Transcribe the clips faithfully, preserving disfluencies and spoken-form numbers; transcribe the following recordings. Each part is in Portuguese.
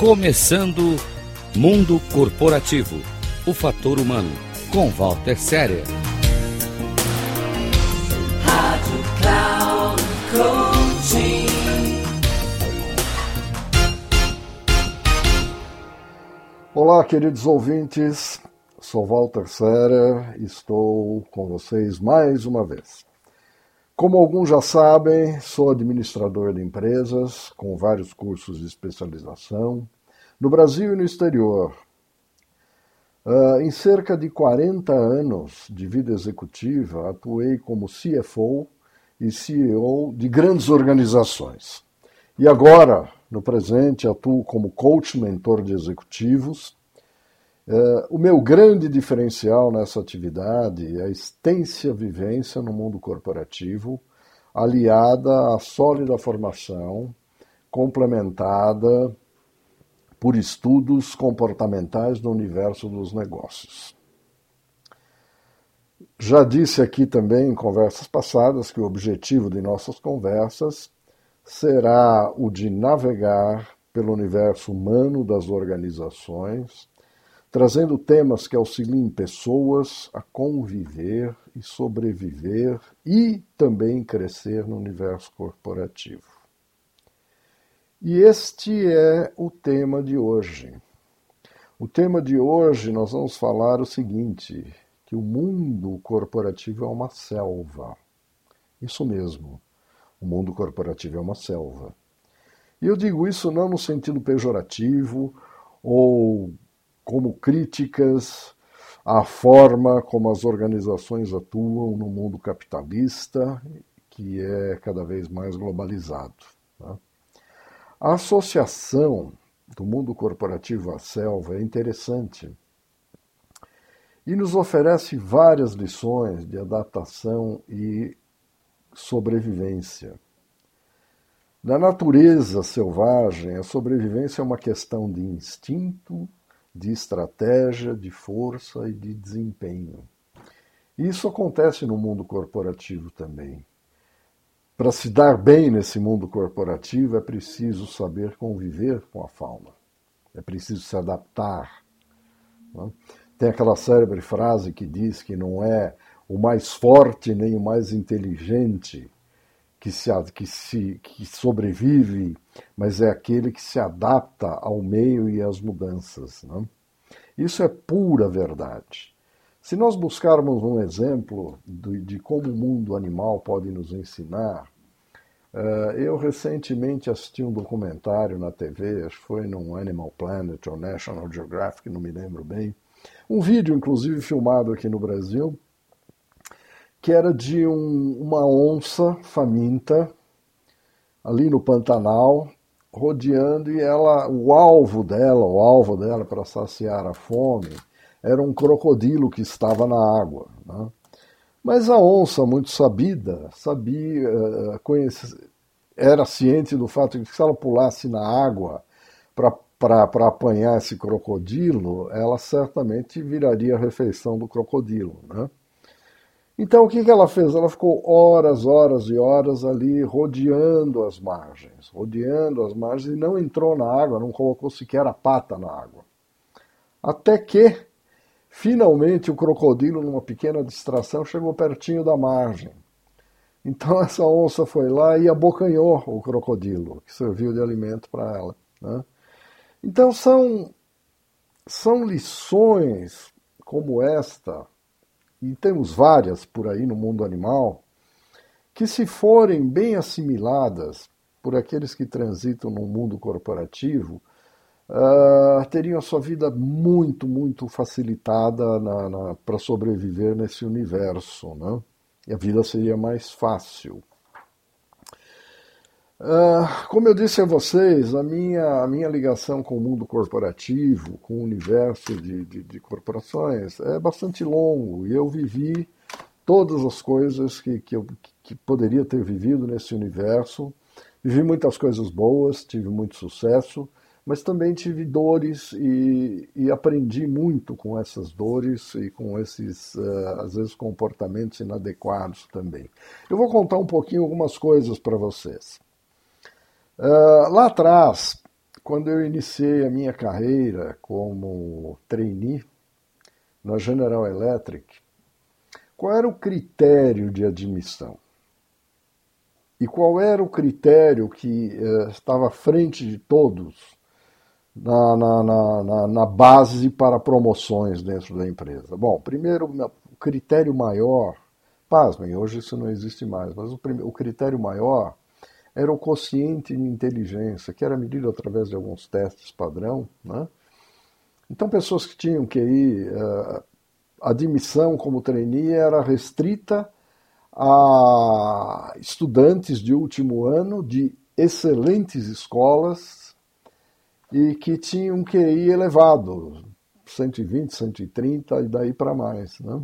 Começando Mundo Corporativo, o fator humano, com Walter Serer. Rádio Cloud Coaching. Olá, queridos ouvintes, sou Walter Serer e estou com vocês mais uma vez. Como alguns já sabem, sou administrador de empresas com vários cursos de especialização no Brasil e no exterior. Uh, em cerca de quarenta anos de vida executiva, atuei como C F O e C E O de grandes organizações. E agora, no presente, atuo como coach mentor de executivos. Uh, o meu grande diferencial nessa atividade é a extensa vivência no mundo corporativo, aliada à sólida formação, complementada por estudos comportamentais no universo dos negócios. Já disse aqui também em conversas passadas que o objetivo de nossas conversas será o de navegar pelo universo humano das organizações, trazendo temas que auxiliem pessoas a conviver e sobreviver e também crescer no universo corporativo. E este é o tema de hoje. O tema de hoje nós vamos falar o seguinte, que o mundo corporativo é uma selva. Isso mesmo, o mundo corporativo é uma selva. E eu digo isso não no sentido pejorativo ou como críticas à forma como as organizações atuam no mundo capitalista, que é cada vez mais globalizado. Tá? A associação do mundo corporativo à selva é interessante e nos oferece várias lições de adaptação e sobrevivência. Na natureza selvagem, a sobrevivência é uma questão de instinto, de estratégia, de força e de desempenho. Isso acontece no mundo corporativo também. Para se dar bem nesse mundo corporativo é preciso saber conviver com a fauna. É preciso se adaptar. Né? Tem aquela célebre frase que diz que não é o mais forte nem o mais inteligente que, se, que, se, que sobrevive, mas é aquele que se adapta ao meio e às mudanças. Né? Isso é pura verdade. Se nós buscarmos um exemplo de, de como o mundo animal pode nos ensinar, uh, eu recentemente assisti um documentário na T V, acho que foi no Animal Planet ou National Geographic, não me lembro bem, um vídeo inclusive filmado aqui no Brasil, que era de um, uma onça faminta, ali no Pantanal, rodeando, e ela, o alvo dela, o alvo dela para saciar a fome, era um crocodilo que estava na água. Né? Mas a onça, muito sabida, sabia, conhece, era ciente do fato de que se ela pulasse na água para apanhar esse crocodilo, ela certamente viraria a refeição do crocodilo, né? Então, o que, que ela fez? Ela ficou horas, horas e horas ali rodeando as margens, rodeando as margens e não entrou na água, não colocou sequer a pata na água. Até que, finalmente, o crocodilo, numa pequena distração, chegou pertinho da margem. Então, essa onça foi lá e abocanhou o crocodilo, que serviu de alimento para ela. Né? Então, são, são lições como esta, e temos várias por aí no mundo animal, que se forem bem assimiladas por aqueles que transitam no mundo corporativo, uh, teriam a sua vida muito, muito facilitada para sobreviver nesse universo, né? E a vida seria mais fácil. Uh, como eu disse a vocês, a minha, a minha ligação com o mundo corporativo, com o universo de, de, de corporações, é bastante longo e eu vivi todas as coisas que, que eu que poderia ter vivido nesse universo. Vivi muitas coisas boas, tive muito sucesso, mas também tive dores e, e aprendi muito com essas dores e com esses, uh, às vezes, comportamentos inadequados também. Eu vou contar um pouquinho algumas coisas para vocês. Uh, lá atrás, quando eu iniciei a minha carreira como trainee na General Electric, qual era o critério de admissão? E qual era o critério que eh, estava à frente de todos na, na, na, na base para promoções dentro da empresa? Bom, primeiro, o critério maior, pasmem, hoje isso não existe mais, mas o, o critério maior era o quociente de inteligência, que era medido através de alguns testes padrão, né? Então, pessoas que tinham Q I, a admissão como trainee era restrita a estudantes de último ano de excelentes escolas e que tinham Q I elevado, cento e vinte, cento e trinta e daí para mais, né?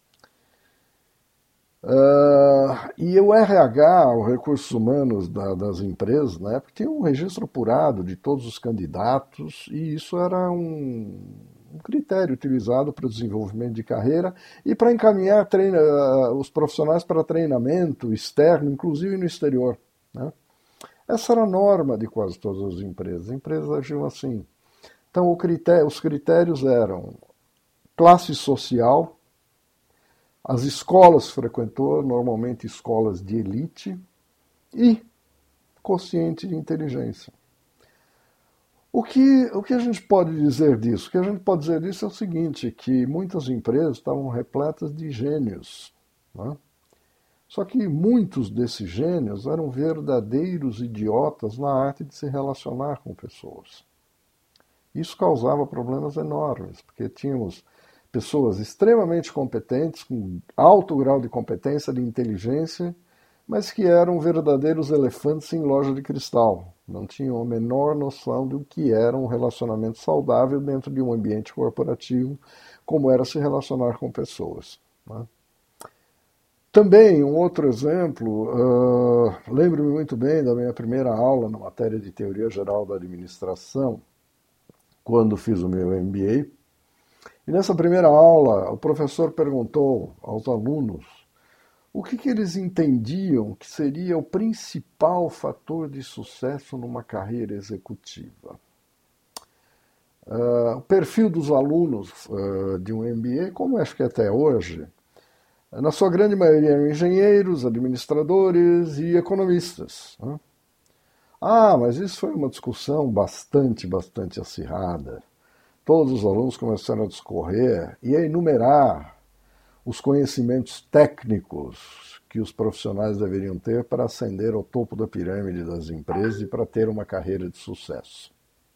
Uh, e o R H, os recursos humanos da, das empresas, na época, tinha um registro apurado de todos os candidatos e isso era um, um critério utilizado para o desenvolvimento de carreira e para encaminhar treina, uh, os profissionais para treinamento externo, inclusive no exterior, né? Essa era a norma de quase todas as empresas. As empresas agiam assim. Então, o critério, os critérios eram classe social, as escolas frequentou, normalmente escolas de elite, e quociente de inteligência. O que, o que a gente pode dizer disso? O que a gente pode dizer disso é o seguinte, que muitas empresas estavam repletas de gênios, né? Só que muitos desses gênios eram verdadeiros idiotas na arte de se relacionar com pessoas. Isso causava problemas enormes, porque tínhamos pessoas extremamente competentes, com alto grau de competência, de inteligência, mas que eram verdadeiros elefantes em loja de cristal. Não tinham a menor noção do que era um relacionamento saudável dentro de um ambiente corporativo, como era se relacionar com pessoas, né? Também, um outro exemplo, uh, lembro-me muito bem da minha primeira aula na matéria de Teoria Geral da Administração, quando fiz o meu M B A. E nessa primeira aula, o professor perguntou aos alunos o que, que eles entendiam que seria o principal fator de sucesso numa carreira executiva. Uh, o perfil dos alunos uh, de um M B A, como acho que até hoje, na sua grande maioria eram engenheiros, administradores e economistas, né? Ah, mas isso foi uma discussão bastante, bastante acirrada. Todos os alunos começaram a discorrer e a enumerar os conhecimentos técnicos que os profissionais deveriam ter para ascender ao topo da pirâmide das empresas e para ter uma carreira de sucesso.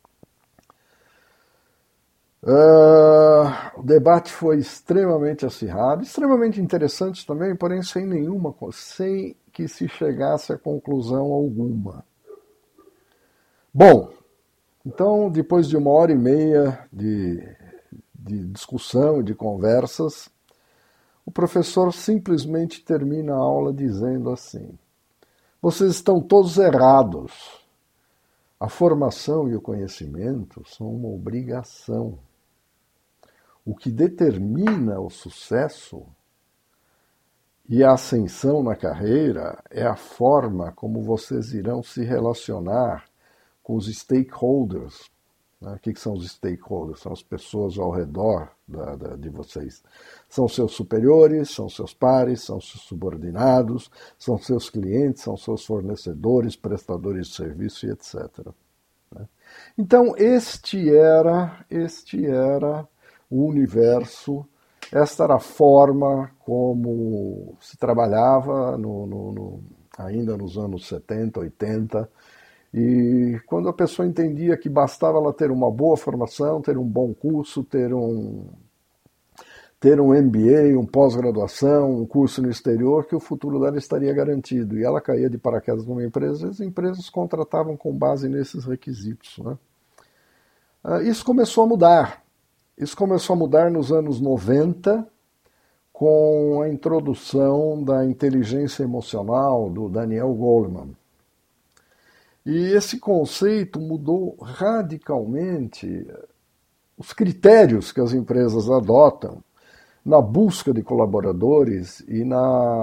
Uh, o debate foi extremamente acirrado, extremamente interessante também, porém sem nenhuma, sem que se chegasse a conclusão alguma. Bom, então, depois de uma hora e meia de, de discussão e de conversas, o professor simplesmente termina a aula dizendo assim: vocês estão todos errados. A formação e o conhecimento são uma obrigação. O que determina o sucesso e a ascensão na carreira é a forma como vocês irão se relacionar com os stakeholders. Né? O que são os stakeholders? São as pessoas ao redor da, da, de vocês. São seus superiores, são seus pares, são seus subordinados, são seus clientes, são seus fornecedores, prestadores de serviço e etcétera. Né? Então, este era, este era o universo, esta era a forma como se trabalhava no, no, no, ainda nos anos setenta, oitenta, e quando a pessoa entendia que bastava ela ter uma boa formação, ter um bom curso, ter um, ter um M B A, um pós-graduação, um curso no exterior, que o futuro dela estaria garantido. E ela caía de paraquedas numa empresa, e as empresas contratavam com base nesses requisitos, né? Isso começou a mudar. Isso começou a mudar nos anos noventa, com a introdução da inteligência emocional do Daniel Goleman. E esse conceito mudou radicalmente os critérios que as empresas adotam na busca de colaboradores e na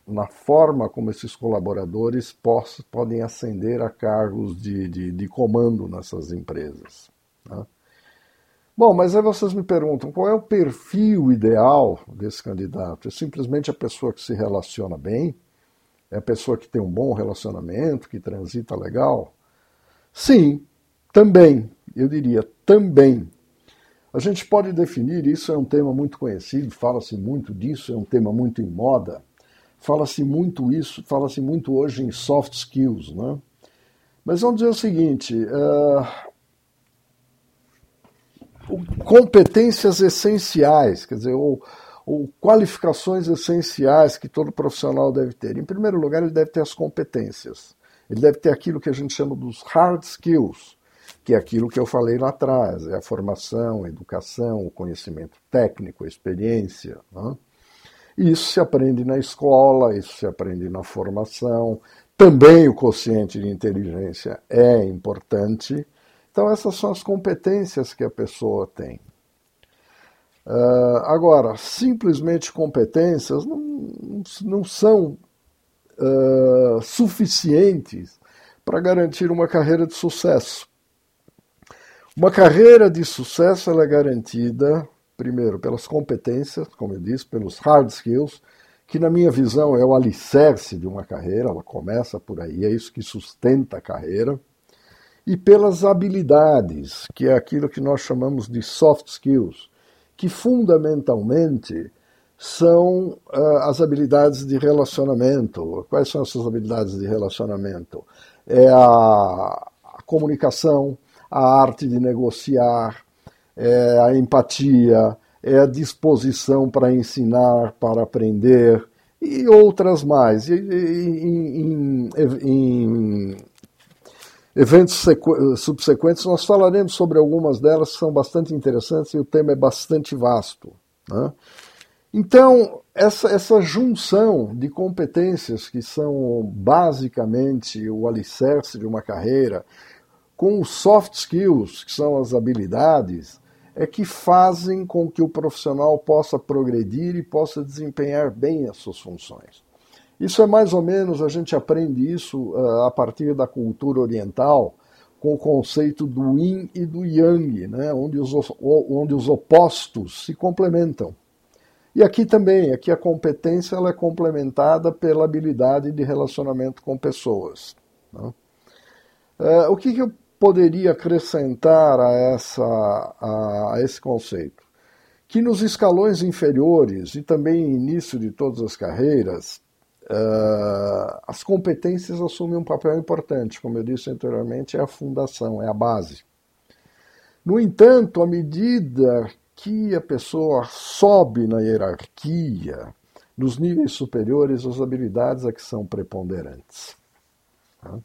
na forma como esses colaboradores poss, podem ascender a cargos de, de, de comando nessas empresas. Né? Bom, mas aí vocês me perguntam, qual é o perfil ideal desse candidato? É simplesmente a pessoa que se relaciona bem? É a pessoa que tem um bom relacionamento, que transita legal? Sim, também, eu diria, também. A gente pode definir, isso é um tema muito conhecido, fala-se muito disso, é um tema muito em moda, fala-se muito isso, fala-se muito hoje em soft skills, né? Mas vamos dizer o seguinte, uh, competências essenciais, quer dizer, ou, ou qualificações essenciais que todo profissional deve ter. Em primeiro lugar, ele deve ter as competências, ele deve ter aquilo que a gente chama dos hard skills, que é aquilo que eu falei lá atrás, é a formação, a educação, o conhecimento técnico, a experiência. Né? Isso se aprende na escola, isso se aprende na formação, também o quociente de inteligência é importante. Então essas são as competências que a pessoa tem. Uh, agora, simplesmente competências não, não são uh, suficientes para garantir uma carreira de sucesso. Uma carreira de sucesso ela é garantida, primeiro, pelas competências, como eu disse, pelos hard skills, que na minha visão é o alicerce de uma carreira, ela começa por aí, é isso que sustenta a carreira, e pelas habilidades, que é aquilo que nós chamamos de soft skills, que fundamentalmente são uh, as habilidades de relacionamento. Quais são essas habilidades de relacionamento? É a, a comunicação, a arte de negociar, é a empatia, é a disposição para ensinar, para aprender, e outras mais. E, e, em, em eventos subsequentes nós falaremos sobre algumas delas que são bastante interessantes e o tema é bastante vasto. Né? Então, essa, essa junção de competências que são basicamente o alicerce de uma carreira, com os soft skills, que são as habilidades, é que fazem com que o profissional possa progredir e possa desempenhar bem as suas funções. Isso é mais ou menos, a gente aprende isso uh, a partir da cultura oriental, com o conceito do yin e do yang, né, onde, os, onde os opostos se complementam. E aqui também, aqui a competência ela é complementada pela habilidade de relacionamento com pessoas. Né? Uh, o que, que eu poderia acrescentar a, essa, a, a esse conceito? Que nos escalões inferiores e também no início de todas as carreiras, uh, as competências assumem um papel importante. Como eu disse anteriormente, é a fundação, é a base. No entanto, à medida que a pessoa sobe na hierarquia, nos níveis superiores, as habilidades é que são preponderantes. Tá?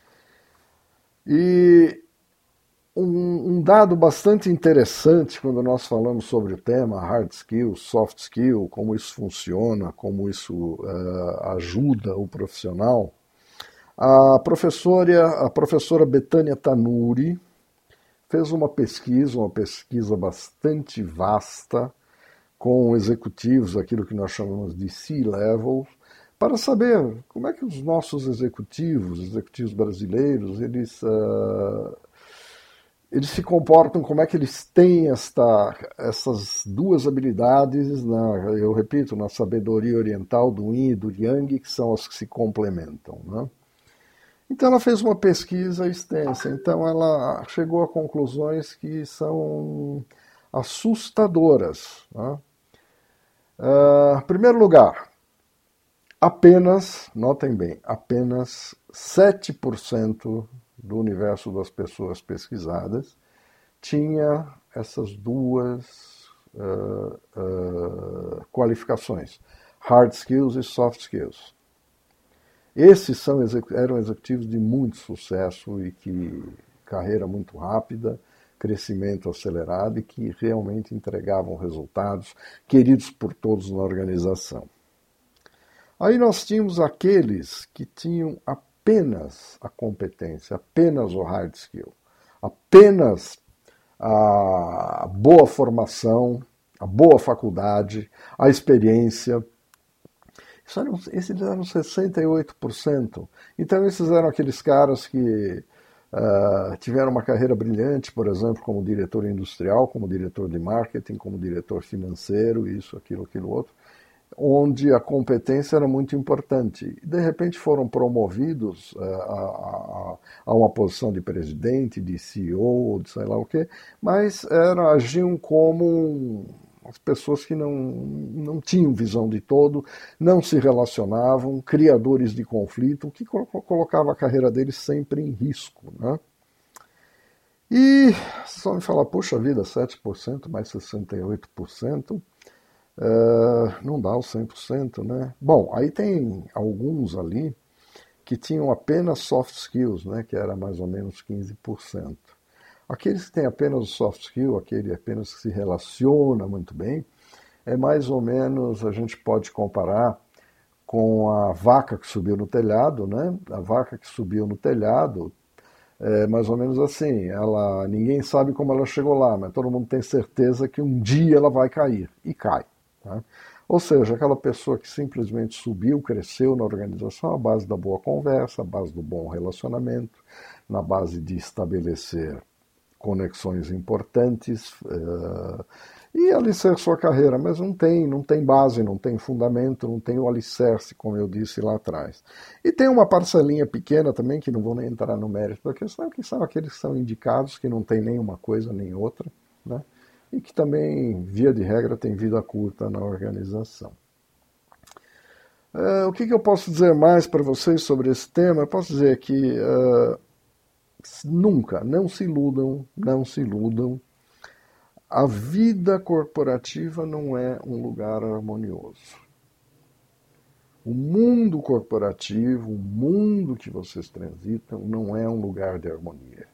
E um, um dado bastante interessante quando nós falamos sobre o tema hard skill, soft skill, como isso funciona, como isso uh, ajuda o profissional, a professora, a professora Betânia Tanuri fez uma pesquisa, uma pesquisa bastante vasta, com executivos, aquilo que nós chamamos de C-level, para saber como é que os nossos executivos, executivos brasileiros, eles, uh, eles se comportam, como é que eles têm esta, essas duas habilidades, na, eu repito, na sabedoria oriental do Yin e do Yang, que são as que se complementam. Né? Então ela fez uma pesquisa extensa, então ela chegou a conclusões que são assustadoras. Né? Uh, em primeiro lugar, apenas, notem bem, apenas sete por cento do universo das pessoas pesquisadas tinha essas duas uh, uh, qualificações, hard skills e soft skills. Esses são, eram executivos de muito sucesso e que carreira muito rápida, crescimento acelerado e que realmente entregavam resultados queridos por todos na organização. Aí nós tínhamos aqueles que tinham apenas a competência, apenas o hard skill, apenas a boa formação, a boa faculdade, a experiência, Isso eram, esses eram sessenta e oito por cento. Então esses eram aqueles caras que uh, tiveram uma carreira brilhante, por exemplo, como diretor industrial, como diretor de marketing, como diretor financeiro, isso, aquilo, aquilo outro, onde a competência era muito importante. De repente foram promovidos uh, a, a, a uma posição de presidente, de C E O, de sei lá o quê, mas eram, agiam como as pessoas que não, não tinham visão de todo, não se relacionavam, criadores de conflito, o que colocava a carreira deles sempre em risco, né? E vocês vão me falar, puxa vida, sete por cento mais sessenta e oito por cento, Uh, não dá os cem por cento, né? Bom, aí tem alguns ali que tinham apenas soft skills, né? Que era mais ou menos quinze por cento. Aqueles que têm apenas o soft skill, aquele apenas que se relaciona muito bem, é mais ou menos, a gente pode comparar com a vaca que subiu no telhado, né? A vaca que subiu no telhado, é mais ou menos assim, ela, ninguém sabe como ela chegou lá, mas todo mundo tem certeza que um dia ela vai cair, e cai. Tá? Ou seja, aquela pessoa que simplesmente subiu, cresceu na organização à base da boa conversa, à base do bom relacionamento, na base de estabelecer conexões importantes uh, e alicerçar sua carreira, mas não tem, não tem base, não tem fundamento, não tem o alicerce, como eu disse lá atrás. E tem uma parcelinha pequena também, que não vou nem entrar no mérito da questão, que são aqueles que são indicados, que não tem nem uma coisa nem outra, né? E que também, via de regra, tem vida curta na organização. Uh, o que, que eu posso dizer mais para vocês sobre esse tema? Eu posso dizer que uh, nunca, não se iludam, não se iludam, a vida corporativa não é um lugar harmonioso. O mundo corporativo, o mundo que vocês transitam, não é um lugar de harmonia.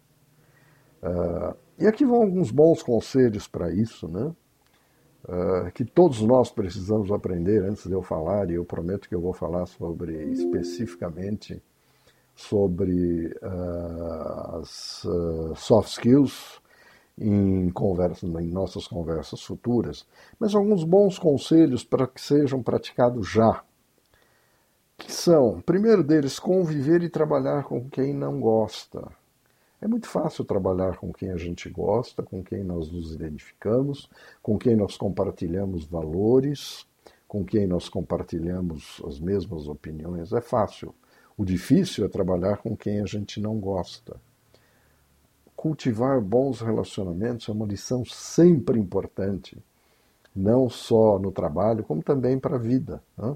Uh, e aqui vão alguns bons conselhos para isso, né? Uh, que todos nós precisamos aprender antes de eu falar, e eu prometo que eu vou falar sobre, especificamente, sobre uh, as uh, soft skills em, conversas, em nossas conversas futuras, mas alguns bons conselhos para que sejam praticados já, que são, primeiro deles, conviver e trabalhar com quem não gosta. É muito fácil trabalhar com quem a gente gosta, com quem nós nos identificamos, com quem nós compartilhamos valores, com quem nós compartilhamos as mesmas opiniões. É fácil. O difícil é trabalhar com quem a gente não gosta. Cultivar bons relacionamentos é uma lição sempre importante, não só no trabalho, como também para a vida, né?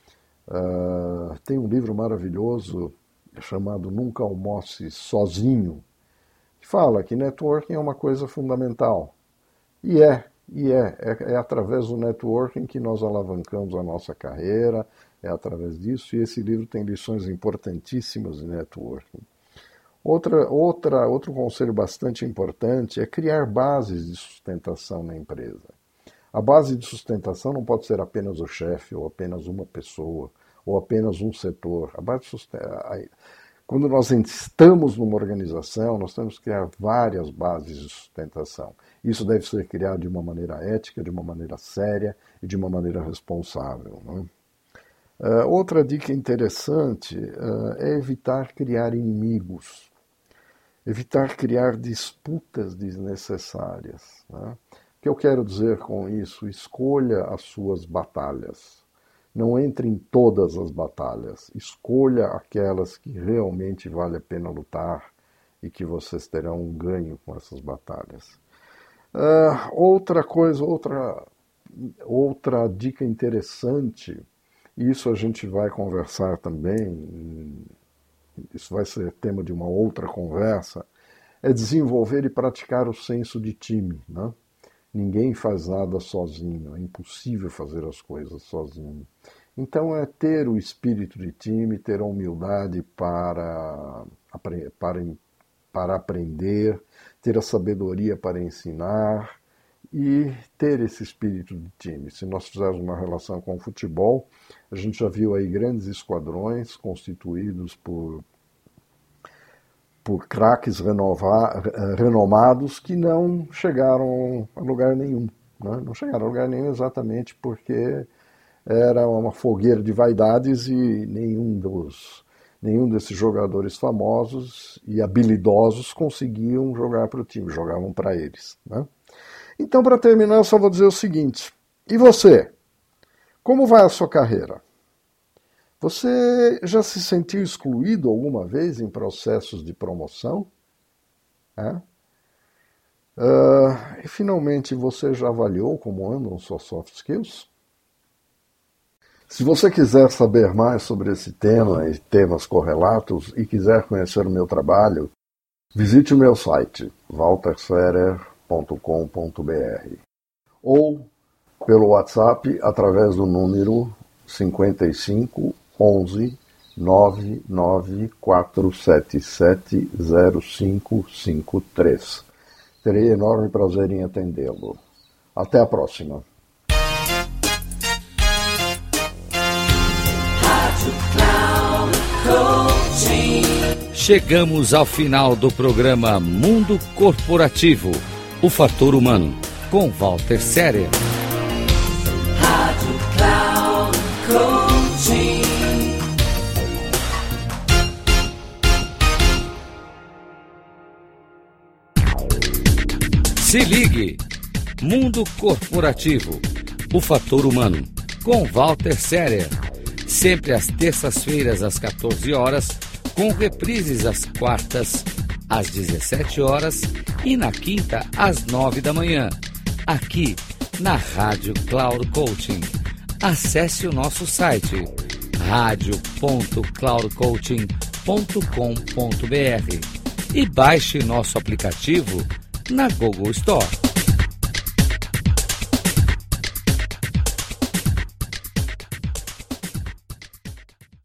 Uh, tem um livro maravilhoso chamado Nunca Almoce Sozinho, que fala que networking é uma coisa fundamental. E é, e é, é, é através do networking que nós alavancamos a nossa carreira, é através disso, e esse livro tem lições importantíssimas de networking. Outra, outra, outro conselho bastante importante é criar bases de sustentação na empresa. A base de sustentação não pode ser apenas o chefe, ou apenas uma pessoa, ou apenas um setor. A base de sustentação... Quando nós estamos numa organização, nós temos que criar várias bases de sustentação. Isso deve ser criado de uma maneira ética, de uma maneira séria e de uma maneira responsável, né? Uh, outra dica interessante uh, é evitar criar inimigos, evitar criar disputas desnecessárias, né? O que eu quero dizer com isso? Escolha as suas batalhas. Não entre em todas as batalhas. Escolha aquelas que realmente vale a pena lutar e que vocês terão um ganho com essas batalhas. Uh, outra coisa, outra, outra dica interessante, e isso a gente vai conversar também, isso vai ser tema de uma outra conversa, é desenvolver e praticar o senso de time, né? Ninguém faz nada sozinho, é impossível fazer as coisas sozinho. Então é ter o espírito de time, ter a humildade para, para, para aprender, ter a sabedoria para ensinar e ter esse espírito de time. Se nós fizermos uma relação com o futebol, a gente já viu aí grandes esquadrões constituídos por por craques renomados que não chegaram a lugar nenhum, né? Não chegaram a lugar nenhum exatamente porque era uma fogueira de vaidades e nenhum dos, nenhum desses jogadores famosos e habilidosos conseguiam jogar para o time, jogavam para eles, né? Então, para terminar, eu só vou dizer o seguinte: e você? Como vai a sua carreira? Você já se sentiu excluído alguma vez em processos de promoção? É? Uh, e finalmente, você já avaliou como andam suas soft skills? Se você quiser saber mais sobre esse tema e temas correlatos e quiser conhecer o meu trabalho, visite o meu site, walter serer ponto com ponto b r, ou pelo WhatsApp através do número cinquenta e cinco, onze, nove nove quatro sete sete zero cinco cinco três. Terei enorme prazer em atendê-lo. Até a próxima. Chegamos ao final do programa Mundo Corporativo, o Fator Humano, com Walter Serer. Rádio Cloud Coaching. Se ligue! Mundo Corporativo, o Fator Humano, com Walter Serer. Sempre às terças-feiras, às quatorze horas, com reprises às quartas, às dezessete horas e na quinta, às nove da manhã, aqui na Rádio Cloud Coaching. Acesse o nosso site, rádio ponto cloud coaching ponto com ponto b r e baixe nosso aplicativo na Google Store.